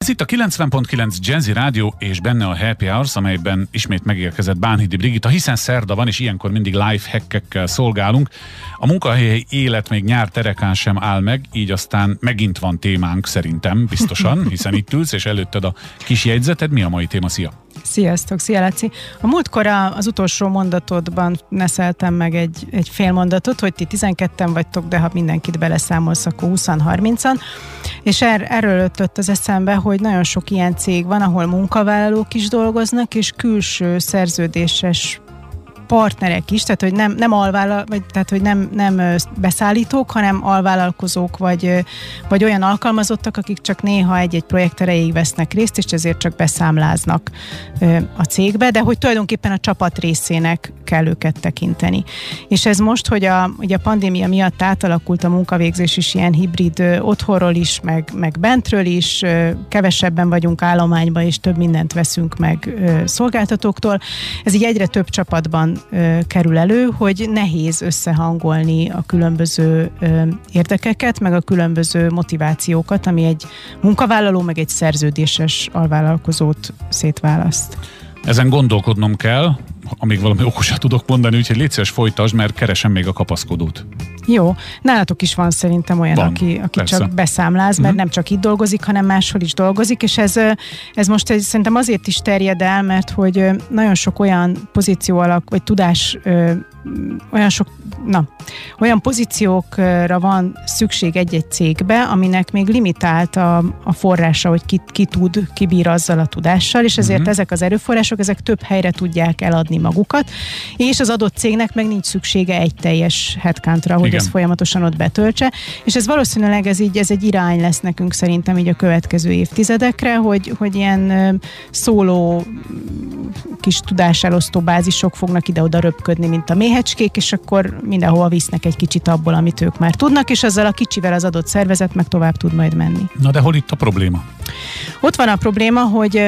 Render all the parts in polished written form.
itt a 90.9 Jazzy Rádió, és benne a Happy Hours, amelyben ismét megérkezett Bánhidi Brigitta, hiszen szerda van, és ilyenkor mindig life hackekkel szolgálunk. A munkahelyi élet még nyár terekán sem áll meg, így aztán megint van témánk szerintem, biztosan, hiszen itt ülsz, és előtted a kis jegyzeted. Mi a mai téma? Szia! Sziasztok, szia Laci! A múltkor az utolsó mondatodban neszeltem meg egy fél mondatot, hogy ti 12-en vagytok, de ha mindenkit beleszámolsz, akkor 20-30-an. És erről ötlött az eszembe, hogy nagyon sok ilyen cég van, ahol munkavállalók is dolgoznak, és külső szerződéses partnerek is, tehát hogy nem beszállítók, hanem alvállalkozók, vagy olyan alkalmazottak, akik csak néha egy-egy projekt erejéig vesznek részt, és ezért csak beszámláznak a cégbe, de hogy tulajdonképpen a csapat részének kell őket tekinteni. És ez most, hogy ugye a pandémia miatt átalakult a munkavégzés is ilyen hibrid, otthonról is, meg bentről is, kevesebben vagyunk állományban, és több mindent veszünk meg szolgáltatóktól. Ez így egyre több csapatban kerül elő, hogy nehéz összehangolni a különböző érdekeket, meg a különböző motivációkat, ami egy munkavállaló, meg egy szerződéses alvállalkozót szétválaszt. Ezen gondolkodnom kell, amíg valami okosat tudok mondani, úgyhogy légy szíves, folytasd, mert keresem még a kapaszkodót. Jó, nálatok is van szerintem olyan, aki csak beszámláz, mert nem csak itt dolgozik, hanem máshol is dolgozik, és ez most szerintem azért is terjed el, mert hogy nagyon sok olyan pozíció vagy tudás, olyan pozíciókra van szükség egy-egy cégbe, aminek még limitált a forrása, hogy ki bír azzal a tudással, és ezért ezek az erőforrások, ezek több helyre tudják eladni magukat, és az adott cégnek meg nincs szüksége egy teljes headcountra, hogy ez folyamatosan ott betöltse, és ez valószínűleg ez egy irány lesz nekünk szerintem így a következő évtizedekre, hogy ilyen szóló kis tudáselosztó bázisok fognak ide-oda röpködni, mint a méhecskék, és akkor mindenhova visznek egy kicsit abból, amit ők már tudnak, és azzal a kicsivel az adott szervezet meg tovább tud majd menni. Na de hol itt a probléma? Ott van a probléma, hogy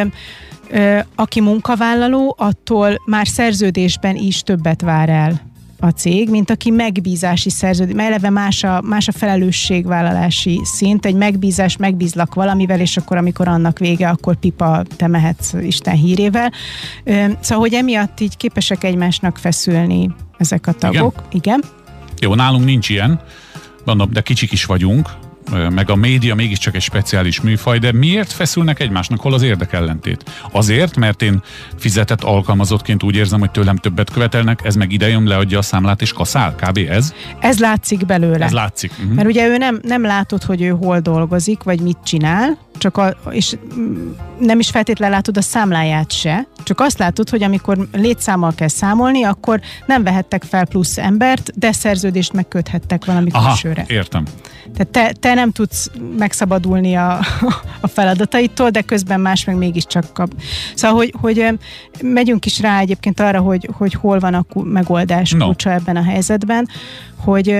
aki munkavállaló, attól már szerződésben is többet vár el a cég, mint aki megbízási szerződés, mert eleve más a felelősségvállalási szint, egy megbízás, megbízlak valamivel, és akkor amikor annak vége, akkor pipa, te mehetsz Isten hírével. Szóval, hogy emiatt így képesek egymásnak feszülni ezek a tagok. Igen. Jó, nálunk nincs ilyen, de kicsik is vagyunk, meg a média mégiscsak egy speciális műfaj, de miért feszülnek egymásnak? Hol az érdekellentét? Azért, mert én fizetett alkalmazottként úgy érzem, hogy tőlem többet követelnek, ez meg idejön, leadja a számlát és kaszál? Kb. Ez? Ez látszik belőle. Ez látszik. Mert ugye ő nem látod, hogy ő hol dolgozik, vagy mit csinál, és nem is feltétlenül látod a számláját se, csak azt látod, hogy amikor létszámmal kell számolni, akkor nem vehettek fel plusz embert, de szerződést megköthettek valami külsőre. Értem. Tehát te nem tudsz megszabadulni a feladataitól, de közben más meg mégiscsak kap. Szóval, hogy megyünk is rá egyébként arra, hogy hol van a megoldás kulcsa ebben a helyzetben, hogy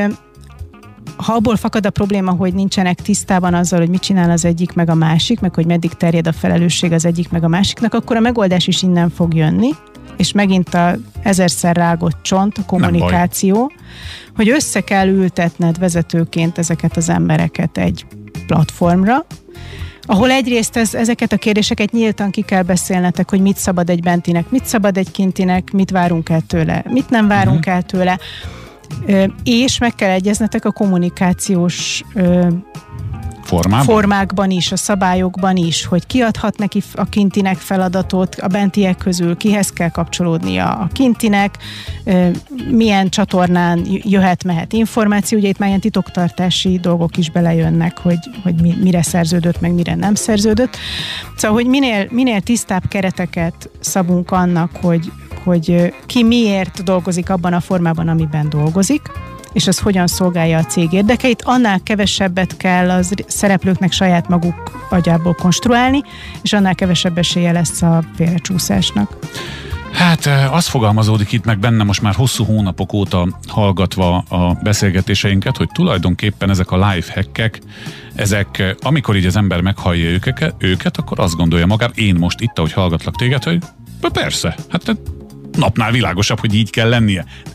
ha abból fakad a probléma, hogy nincsenek tisztában azzal, hogy mit csinál az egyik meg a másik, meg hogy meddig terjed a felelősség az egyik meg a másiknak, akkor a megoldás is innen fog jönni, és megint a ezerszer rágott csont, a kommunikáció, hogy össze kell ültetned vezetőként ezeket az embereket egy platformra, ahol egyrészt ezeket a kérdéseket nyíltan ki kell beszélnetek, hogy mit szabad egy bentinek, mit szabad egy kintinek, mit várunk el tőle, mit nem várunk el tőle, és meg kell egyeznetek a kommunikációs formákban is, a szabályokban is, hogy kiadhat neki a kintinek feladatot, a bentiek közül kihez kell kapcsolódnia a kintinek, milyen csatornán jöhet-mehet információ, ugye itt már ilyen titoktartási dolgok is belejönnek, hogy mire szerződött, meg mire nem szerződött. Szóval, hogy minél tisztább kereteket szabunk annak, hogy ki miért dolgozik abban a formában, amiben dolgozik, és az hogyan szolgálja a cég érdekeit, annál kevesebbet kell az szereplőknek saját maguk agyából konstruálni, és annál kevesebb esélye lesz a félrecsúszásnak. Hát az fogalmazódik itt meg benne most már hosszú hónapok óta hallgatva a beszélgetéseinket, hogy tulajdonképpen ezek a life hackek, ezek, amikor így az ember meghallja őket, akkor azt gondolja magát, én most itt, ahogy hallgatlak téged, hogy persze, hát napnál világosabb, hogy így kell lennie.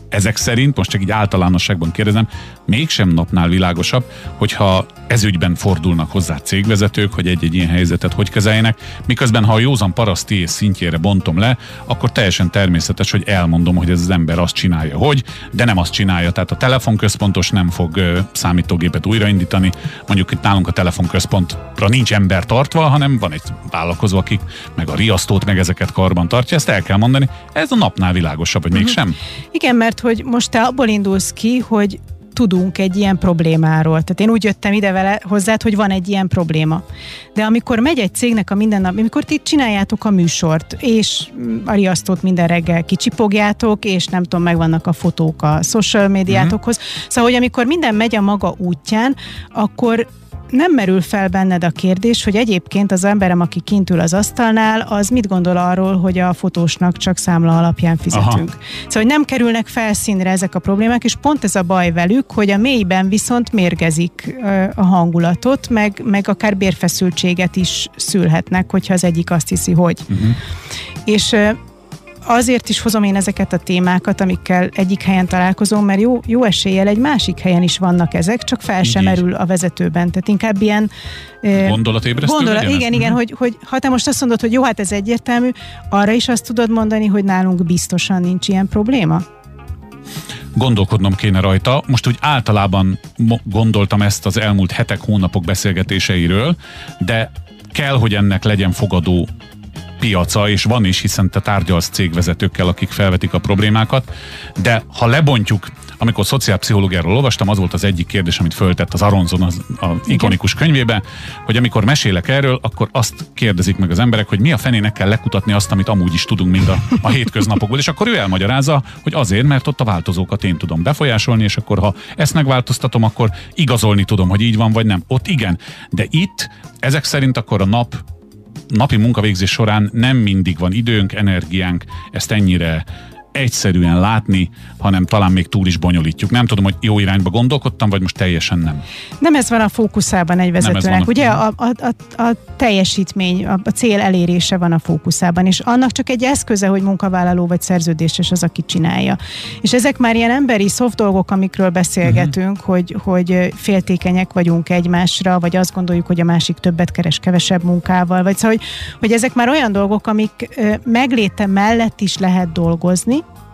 ezek szerint, most csak így általánosságban kérdezem, mégsem napnál világosabb, hogyha ezügyben fordulnak hozzá cégvezetők, hogy egy-egy ilyen helyzetet hogy kezeljenek, miközben ha a józan paraszti ész szintjére bontom le, akkor teljesen természetes, hogy elmondom, hogy ez az ember azt csinálja, de nem azt csinálja. Tehát a telefonközpontos nem fog számítógépet újraindítani. Mondjuk itt nálunk a telefonközpontra nincs ember tartva, hanem van egy vállalkozó, aki meg a riasztót, meg ezeket karban tartja. Ezt el kell mondani. Ez a napnál világosabb, vagy mégsem? Igen, mert hogy most te abból indulsz ki, hogy tudunk egy ilyen problémáról. Tehát én úgy jöttem ide vele hozzád, hogy van egy ilyen probléma. De amikor megy egy cégnek a mindennap, amikor ti csináljátok a műsort, és a riasztót minden reggel kicsipogjátok, és nem tudom, megvannak a fotók a social médiátokhoz. Szóval, hogy amikor minden megy a maga útján, akkor nem merül fel benned a kérdés, hogy egyébként az emberem, aki kint ül az asztalnál, az mit gondol arról, hogy a fotósnak csak számla alapján fizetünk. Aha. Szóval, hogy nem kerülnek felszínre ezek a problémák, és pont ez a baj velük, hogy a mélyben viszont mérgezik a hangulatot, meg akár bérfeszültséget is szülhetnek, hogyha az egyik azt hiszi, hogy. És azért is hozom én ezeket a témákat, amikkel egyik helyen találkozom, mert jó eséllyel egy másik helyen is vannak ezek, csak fel sem merül a vezetőben. Tehát inkább ilyen gondolatébresztő? Igen, hogy ha te most azt mondod, hogy jó, hát ez egyértelmű, arra is azt tudod mondani, hogy nálunk biztosan nincs ilyen probléma? Gondolkodnom kéne rajta. Most úgy általában gondoltam ezt az elmúlt hetek, hónapok beszélgetéseiről, de kell, hogy ennek legyen fogadó piaca, és van is, hiszen te tárgyalsz cégvezetőkkel, akik felvetik a problémákat, de ha lebontjuk, amikor szociálpszichológiáról olvastam, az volt az egyik kérdés, amit föltett az Aronson az ikonikus könyvébe, hogy amikor mesélek erről, akkor azt kérdezik meg az emberek, hogy mi a fenének kell lekutatni azt, amit amúgy is tudunk mind a hétköznapokból, és akkor ő elmagyarázza, hogy azért, mert ott a változókat én tudom befolyásolni, és akkor ha ezt megváltoztatom, akkor igazolni tudom, hogy így van, vagy nem. Ott igen, de itt ezek szerint akkor a napi munkavégzés során nem mindig van időnk, energiánk ezt ennyire egyszerűen látni, hanem talán még túl is bonyolítjuk. Nem tudom, hogy jó irányba gondolkodtam, vagy most teljesen nem. Nem ez van a fókuszában egy vezetőnek. Ugye a teljesítmény, a cél elérése van a fókuszában, és annak csak egy eszköze, hogy munkavállaló vagy szerződéses az, aki csinálja. És ezek már ilyen emberi soft dolgok, amikről beszélgetünk, hogy féltékenyek vagyunk egymásra, vagy azt gondoljuk, hogy a másik többet keres kevesebb munkával, vagy szóval, hogy ezek már olyan dolgok, amik megléte mellett is lehet dolgozni.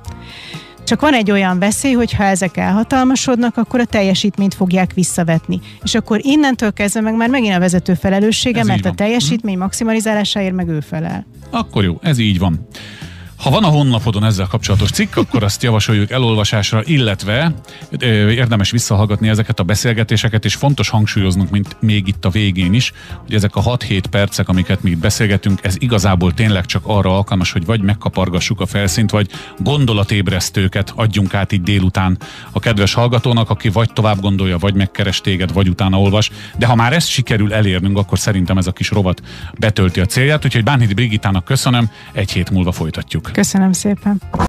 Csak van egy olyan veszély, hogy ha ezek elhatalmasodnak, akkor a teljesítményt fogják visszavetni. És akkor innentől kezdve meg már megint a vezető felelőssége, ez mert a teljesítmény maximalizálásáért meg ő felel. Akkor jó, ez így van. Ha van a honlapodon ezzel kapcsolatos cikk, akkor azt javasoljuk elolvasásra, illetve érdemes visszahallgatni ezeket a beszélgetéseket, és fontos hangsúlyoznunk, mint még itt a végén is, hogy ezek a 6-7 percek, amiket mi itt beszélgetünk, ez igazából tényleg csak arra alkalmas, hogy vagy megkapargassuk a felszínt, vagy gondolatébresztőket adjunk át így délután a kedves hallgatónak, aki vagy tovább gondolja, vagy megkeres téged, vagy utána olvas. De ha már ezt sikerül elérnünk, akkor szerintem ez a kis rovat betölti a célját, úgyhogy Bánhidi Brigittának köszönöm, egy hét múlva folytatjuk. Köszönöm szépen.